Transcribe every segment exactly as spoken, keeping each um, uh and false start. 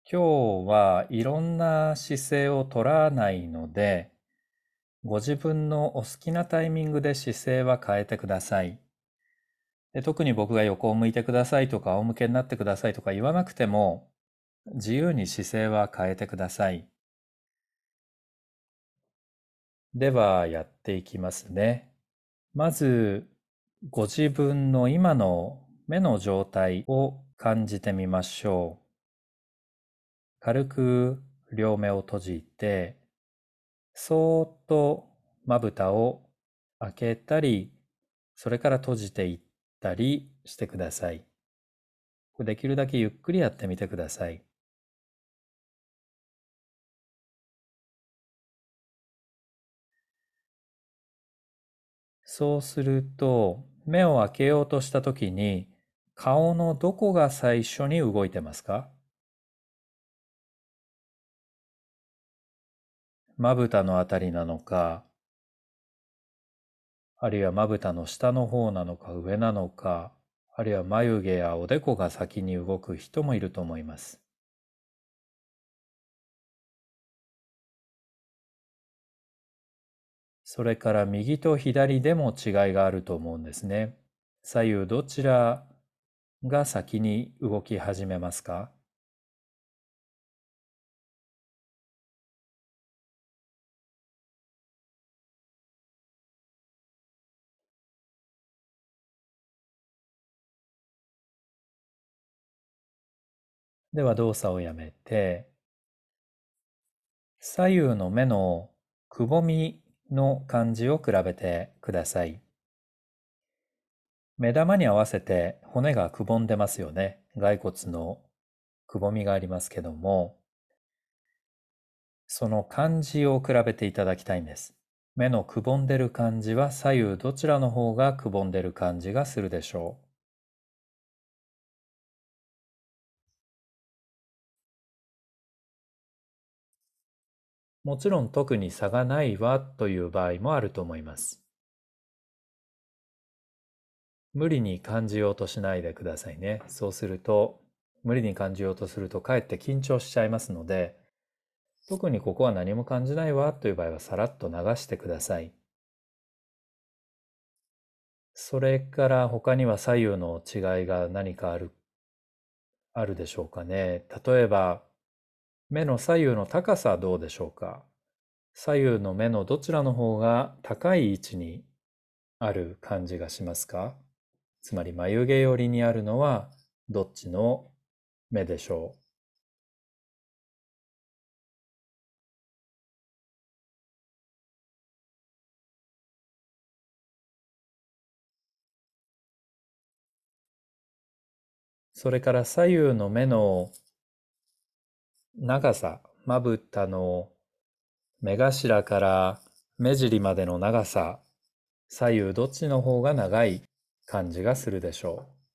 今日はいろんな姿勢を取らないので、ご自分のお好きなタイミングで姿勢は変えてください。で、特に僕が横を向いてくださいとか仰向けになってくださいとか言わなくても、自由に姿勢は変えてください。ではやっていきますね。まず、ご自分の今の目の状態を感じてみましょう。軽く両目を閉じて、そーっとまぶたを開けたり、それから閉じていったりしてください。できるだけゆっくりやってみてください。そうすると、目を開けようとしたときに、顔のどこが最初に動いてますか？まぶたのあたりなのか、あるいはまぶたの下の方なのか上なのか、あるいは眉毛やおでこが先に動く人もいると思います。それから右と左でも違いがあると思うんですね。左右どちらが先に動き始めますか？では動作をやめて、左右の目のくぼみの感じを比べてください。目玉に合わせて骨がくぼんでますよね。骸骨のくぼみがありますけども、その感じを比べていただきたいんです。目のくぼんでる感じは左右どちらの方がくぼんでる感じがするでしょう。もちろん特に差がないわという場合もあると思います。無理に感じようとしないでくださいね。そうすると、無理に感じようとするとかえって緊張しちゃいますので、特にここは何も感じないわという場合はさらっと流してください。それから他には左右の違いが何かある、あるでしょうかね。例えば、目の左右の高さはどうでしょうか。左右の目のどちらの方が高い位置にある感じがしますか？つまり眉毛寄りにあるのはどっちの目でしょう？それから左右の目の長さ、まぶたの目頭から目尻までの長さ、左右どっちの方が長い感じがするでしょう。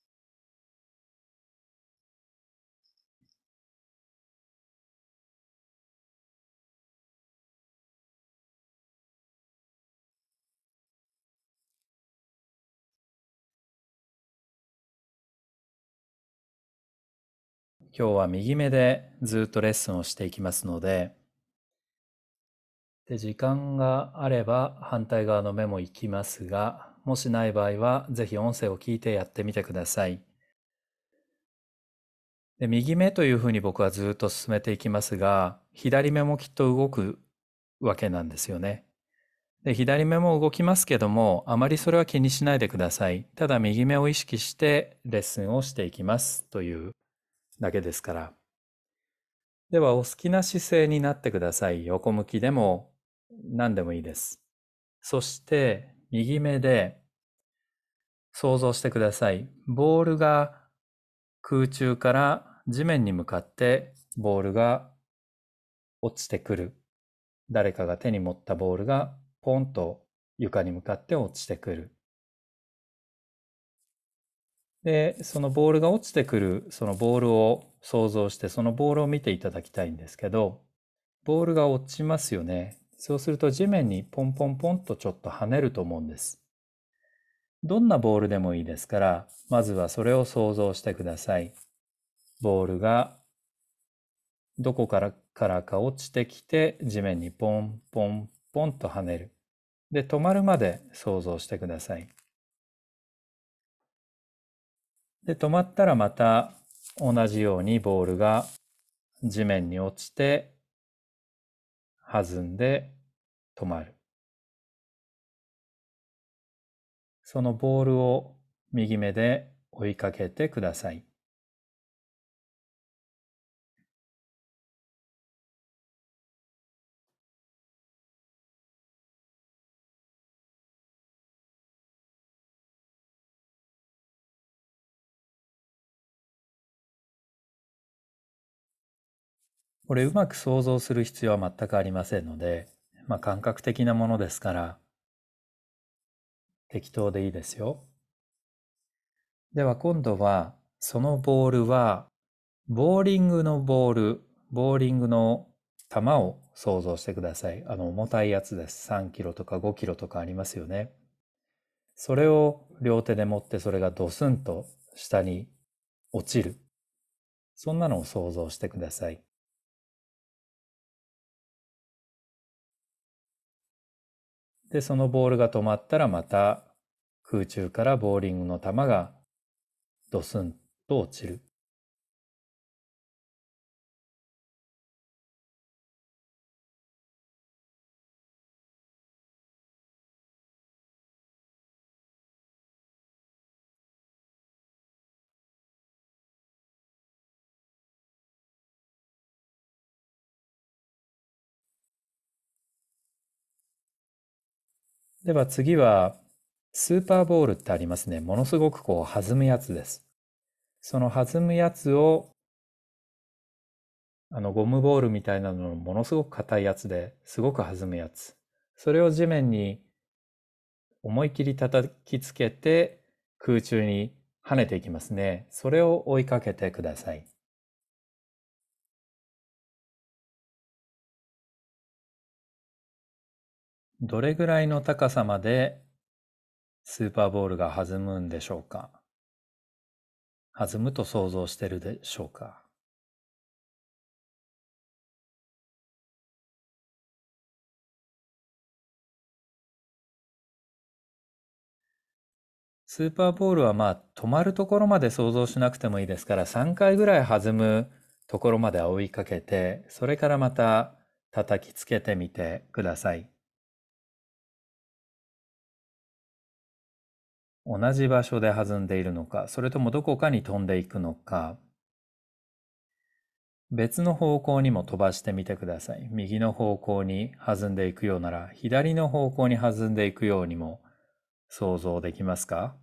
今日は右目でずっとレッスンをしていきますので、で、時間があれば反対側の目も行きますが、もしない場合はぜひ音声を聞いてやってみてください。で、右目というふうに僕はずっと進めていきますが、左目もきっと動くわけなんですよね。で、左目も動きますけども、あまりそれは気にしないでください。ただ右目を意識してレッスンをしていきますというだけですから。では、お好きな姿勢になってください。横向きでも何でもいいです。そして、右目で想像してください。ボールが空中から地面に向かってボールが落ちてくる。誰かが手に持ったボールがポンと床に向かって落ちてくる。で、そのボールが落ちてくる、そのボールを想像して、そのボールを見ていただきたいんですけど、ボールが落ちますよね。そうすると地面にポンポンポンとちょっと跳ねると思うんです。どんなボールでもいいですから、まずはそれを想像してください。ボールがどこからからか落ちてきて地面にポンポンポンと跳ねる。で、止まるまで想像してください。で、止まったらまた同じようにボールが地面に落ちて弾んで止まる。そのボールを右目で追いかけてください。これうまく想像する必要は全くありませんので、まあ感覚的なものですから適当でいいですよ。では今度はそのボールはボーリングのボール、ボーリングの球を想像してください。あの重たいやつです。さんキロとかごキロとかありますよね。それを両手で持ってそれがドスンと下に落ちる。そんなのを想像してください。で、そのボールが止まったらまた空中からボーリングの球がドスンと落ちる。では次はスーパーボールってありますね。ものすごくこう弾むやつです。その弾むやつをあのゴムボールみたいなののものすごく硬いやつですごく弾むやつ。それを地面に思い切り叩きつけて空中に跳ねていきますね。それを追いかけてください。どれぐらいの高さまでスーパーボールが弾むんでしょうか？弾むと想像してるでしょうか？スーパーボールはまあ止まるところまで想像しなくてもいいですからさんかいぐらい弾むところまで追いかけてそれからまた叩きつけてみてください。同じ場所で弾んでいるのかそれともどこかに飛んでいくのか別の方向にも飛ばしてみてください。右の方向に弾んでいくようなら左の方向に弾んでいくようにも想像できますか？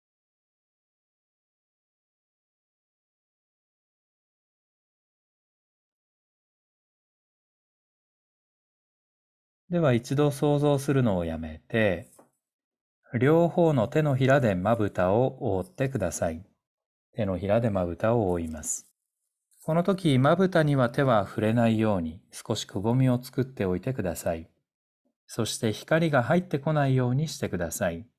では一度想像するのをやめて、両方の手のひらでまぶたを覆ってください。手のひらでまぶたを覆います。この時、まぶたには手は触れないように少しくぼみを作っておいてください。そして光が入ってこないようにしてください。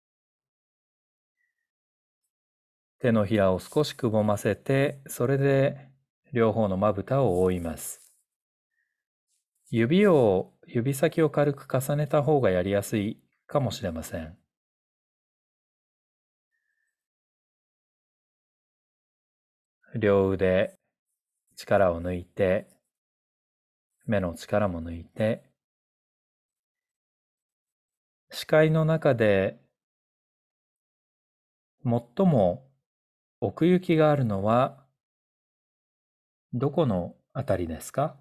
手のひらを少しくぼませて、それで両方のまぶたを覆います。指を、指先を軽く重ねた方がやりやすいかもしれません。両腕、力を抜いて、目の力も抜いて、視界の中で最も奥行きがあるのはどこのあたりですか？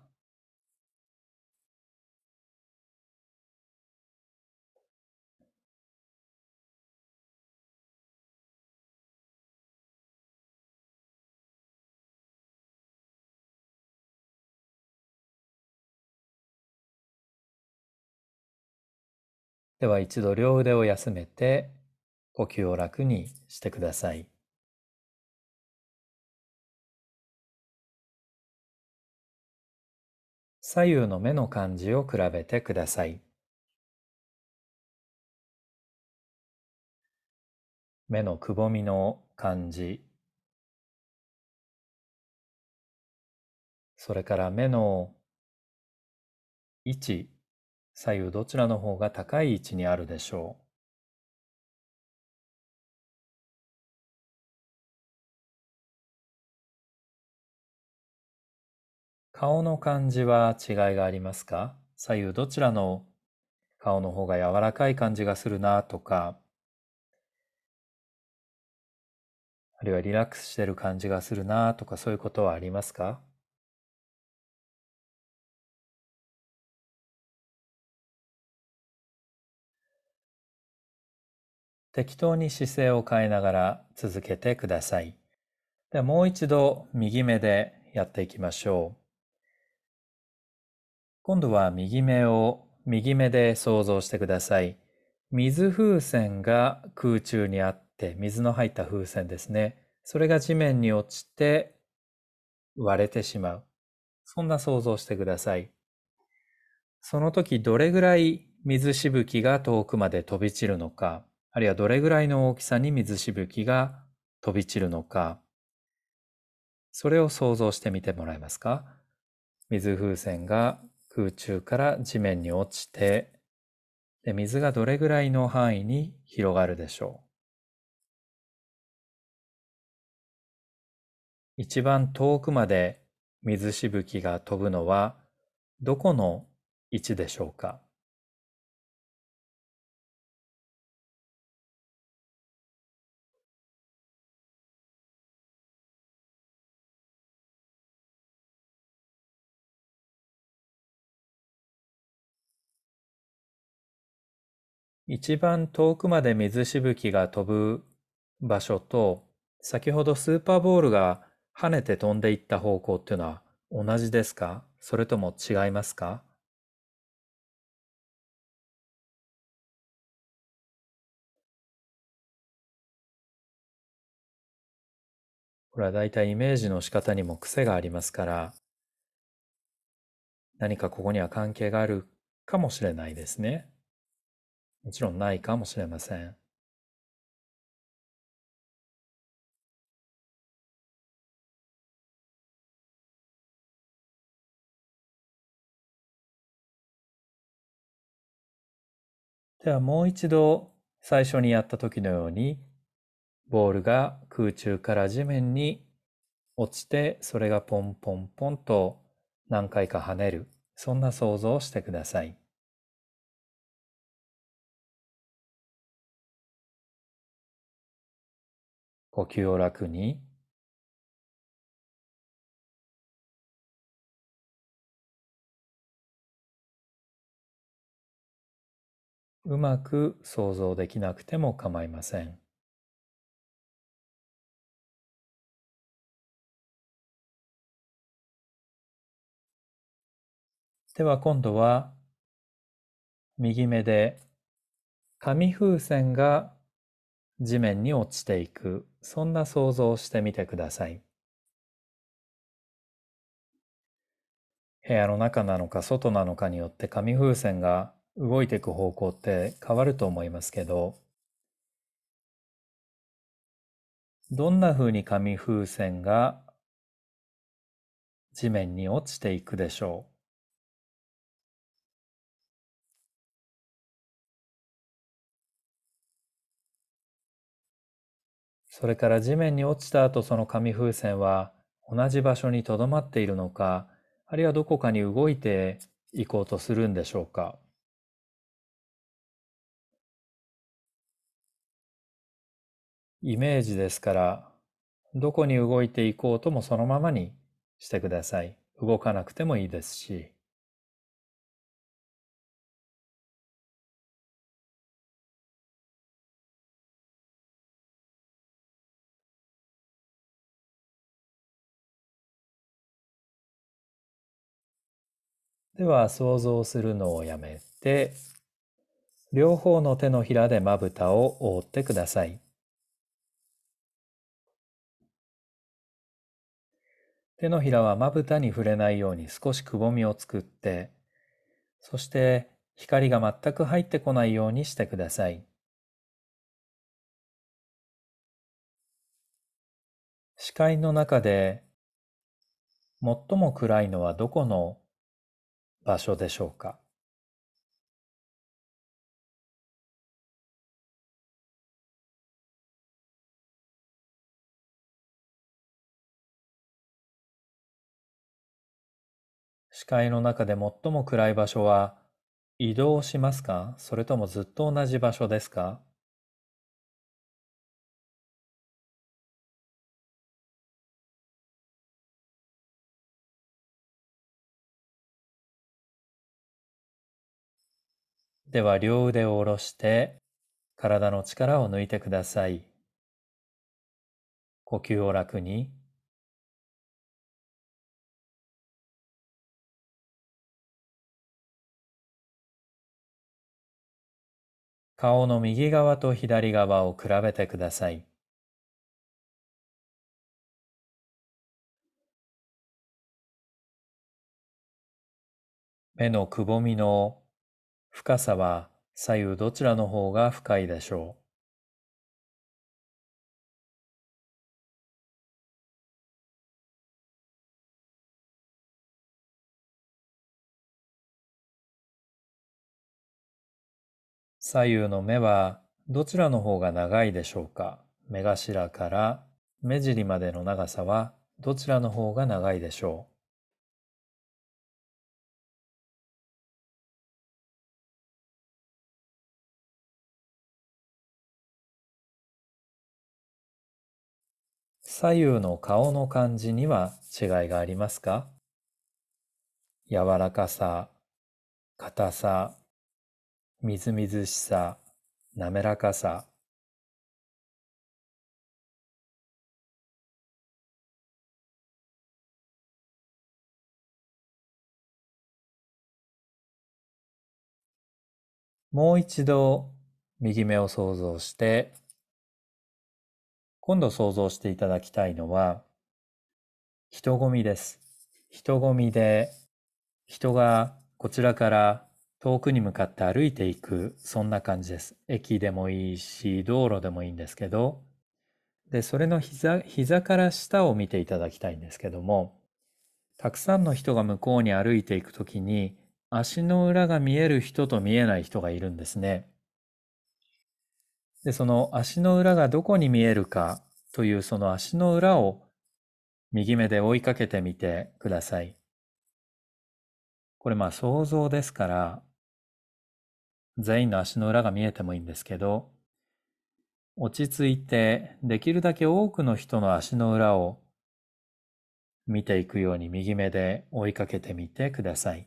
では一度両腕を休めて呼吸を楽にしてください。左右の目の感じを比べてください。目のくぼみの感じ、 それから目の位置、左右どちらの方が高い位置にあるでしょう。顔の感じは違いがありますか？左右どちらの顔の方が柔らかい感じがするなとか、あるいはリラックスしてる感じがするなとか、そういうことはありますか？適当に姿勢を変えながら続けてください。ではもう一度右目でやっていきましょう。今度は右目を右目で想像してください。水風船が空中にあって、水の入った風船ですね。それが地面に落ちて割れてしまう。そんな想像してください。その時どれぐらい水しぶきが遠くまで飛び散るのか、あるいはどれぐらいの大きさに水しぶきが飛び散るのか、それを想像してみてもらえますか？水風船が空中から地面に落ちて、で水がどれぐらいの範囲に広がるでしょう。一番遠くまで水しぶきが飛ぶのはどこの位置でしょうか？一番遠くまで水しぶきが飛ぶ場所と、先ほどスーパーボールが跳ねて飛んでいった方向っていうのは同じですか？それとも違いますか？これはだいたいイメージの仕方にも癖がありますから、何かここには関係があるかもしれないですね。もちろんないかもしれません。ではもう一度最初にやった時のように、ボールが空中から地面に落ちて、それがポンポンポンと何回か跳ねる、そんな想像をしてください。呼吸を楽に、うまく想像できなくても構いません。では今度は右目で紙風船が地面に落ちていく、そんな想像をしてみてください。部屋の中なのか外なのかによって紙風船が動いていく方向って変わると思いますけど、どんな風に紙風船が地面に落ちていくでしょう。それから地面に落ちた後、その紙風船は同じ場所に留まっているのか、あるいはどこかに動いていこうとするんでしょうか。イメージですから、どこに動いていこうともそのままにしてください。動かなくてもいいですし。では想像するのをやめて、両方の手のひらでまぶたを覆ってください。手のひらはまぶたに触れないように少しくぼみを作って、そして光が全く入ってこないようにしてください。視界の中で最も暗いのはどこの場所でしょうか？視界の中で最も暗い場所は移動しますか？それともずっと同じ場所ですか？では両腕を下ろして体の力を抜いてください。呼吸を楽に。顔の右側と左側を比べてください。目のくぼみの深さは左右どちらの方が深いでしょう？左右の目はどちらの方が長いでしょうか？目頭から目尻までの長さはどちらの方が長いでしょう？左右の顔の感じには違いがありますか？柔らかさ、硬さ、みずみずしさ、滑らかさ。もう一度右目を想像して、今度想像していただきたいのは人混みです。人混みで人がこちらから遠くに向かって歩いていく、そんな感じです。駅でもいいし、道路でもいいんですけど、で、それの膝、膝から下を見ていただきたいんですけども、たくさんの人が向こうに歩いていくときに、足の裏が見える人と見えない人がいるんですね。で、その足の裏がどこに見えるかというその足の裏を右目で追いかけてみてください。これまあ想像ですから、全員の足の裏が見えてもいいんですけど、落ち着いてできるだけ多くの人の足の裏を見ていくように右目で追いかけてみてください。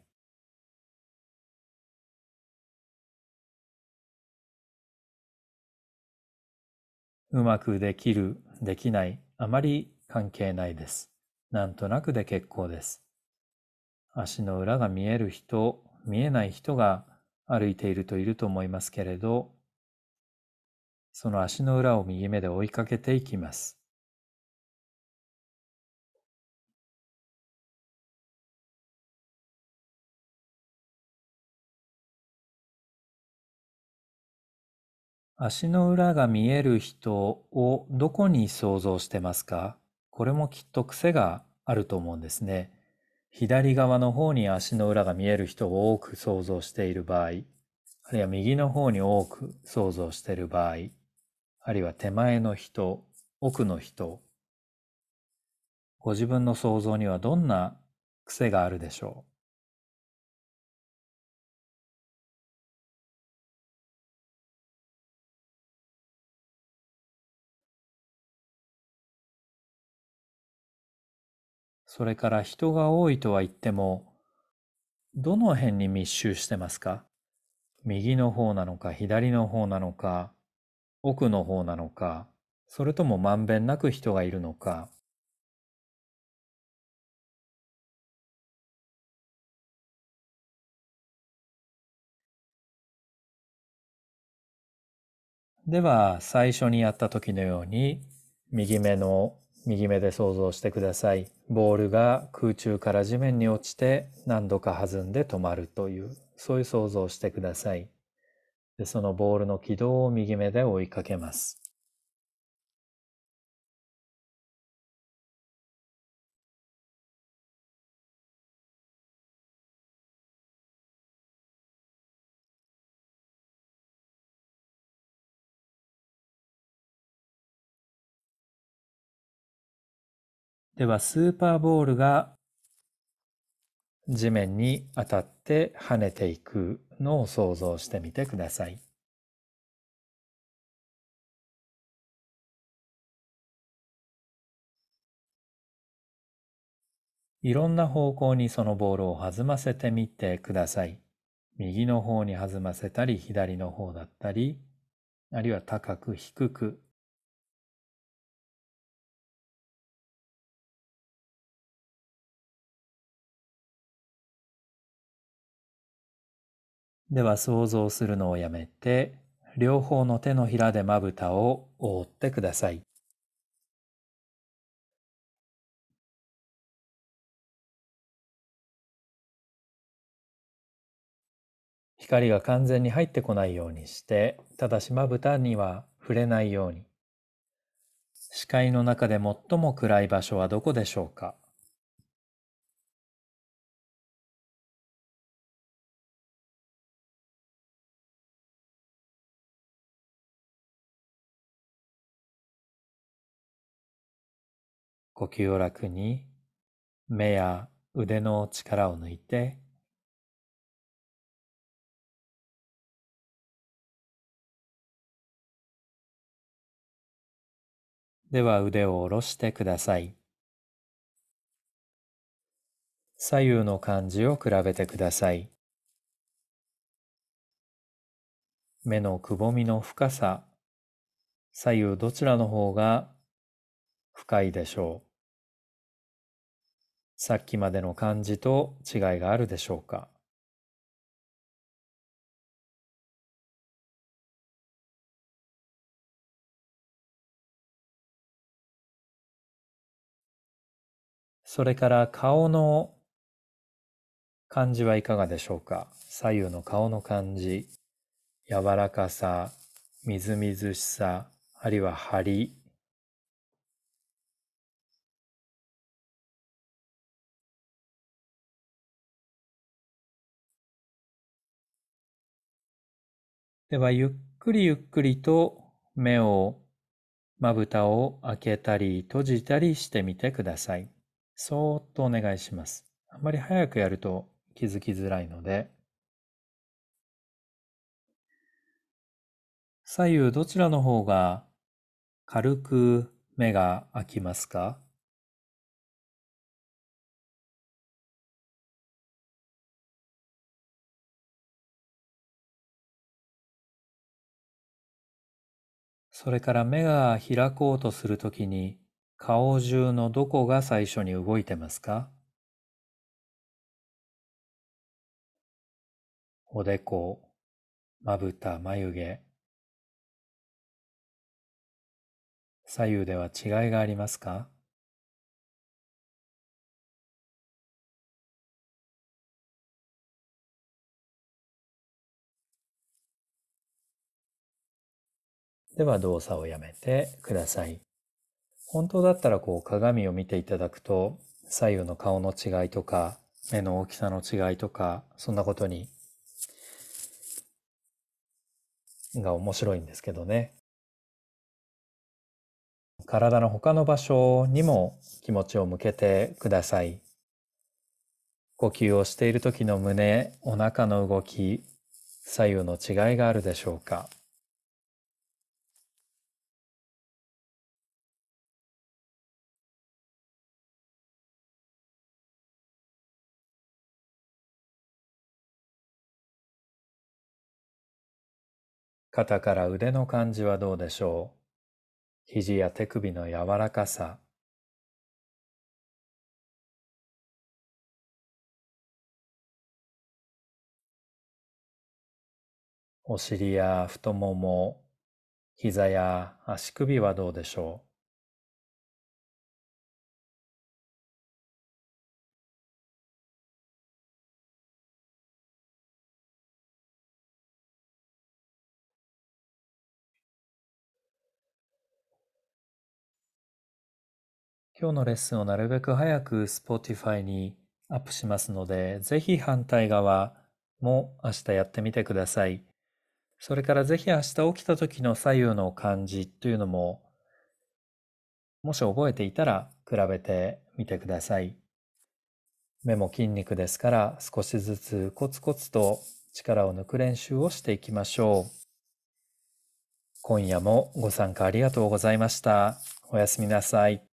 うまくできる、できない、あまり関係ないです。なんとなくで結構です。足の裏が見える人、見えない人が歩いているといると思いますけれど、その足の裏を右目で追いかけていきます。足の裏が見える人をどこに想像してますか？これもきっと癖があると思うんですね。左側の方に足の裏が見える人を多く想像している場合、あるいは右の方に多く想像している場合、あるいは手前の人、奥の人、ご自分の想像にはどんな癖があるでしょう？それから人が多いとは言っても、どの辺に密集してますか？右の方なのか、左の方なのか、奥の方なのか、それともまんべんなく人がいるのか。では、最初にやった時のように、右目の、右目で想像してください。ボールが空中から地面に落ちて何度か弾んで止まるという、そういう想像をしてください。で、そのボールの軌道を右目で追いかけます。 ではスーパーボールが地面に当たって跳ねていくのを想像してみてください。いろんな方向にそのボールを弾ませてみてください。右の方に弾ませたり、左の方だったり、あるいは高く低く。では想像するのをやめて、両方の手のひらでまぶたを覆ってください。光が完全に入ってこないようにして、ただしまぶたには触れないように。視界の中で最も暗い場所はどこでしょうか？呼吸を楽に、目や腕の力を抜いて、では腕を下ろしてください。左右の感じを比べてください。目のくぼみの深さ、左右どちらの方が深いでしょう。さっきまでの感じと違いがあるでしょうか？それから顔の感じはいかがでしょうか？左右の顔の感じ、柔らかさ、みずみずしさ、あるいは張り。ではゆっくりゆっくりと目を、まぶたを開けたり閉じたりしてみてください。そーっとお願いします。あんまり早くやると気づきづらいので、左右どちらの方が軽く目が開きますか？それから目が開こうとするときに顔中のどこが最初に動いてますか？おでこ、まぶた、眉毛。左右では違いがありますか？では動作をやめてください。本当だったらこう鏡を見ていただくと左右の顔の違いとか目の大きさの違いとかそんなことにが面白いんですけどね。体の他の場所にも気持ちを向けてください。呼吸をしている時の胸、お腹の動き、左右の違いがあるでしょうか？肩から腕の感じはどうでしょう？肘や手首の柔らかさ、お尻や太もも、膝や足首はどうでしょう？今日のレッスンをなるべく早く Spotify にアップしますので、ぜひ反対側も明日やってみてください。それからぜひ明日起きた時の左右の感じというのも、もし覚えていたら比べてみてください。目も筋肉ですから少しずつコツコツと力を抜く練習をしていきましょう。今夜もご参加ありがとうございました。おやすみなさい。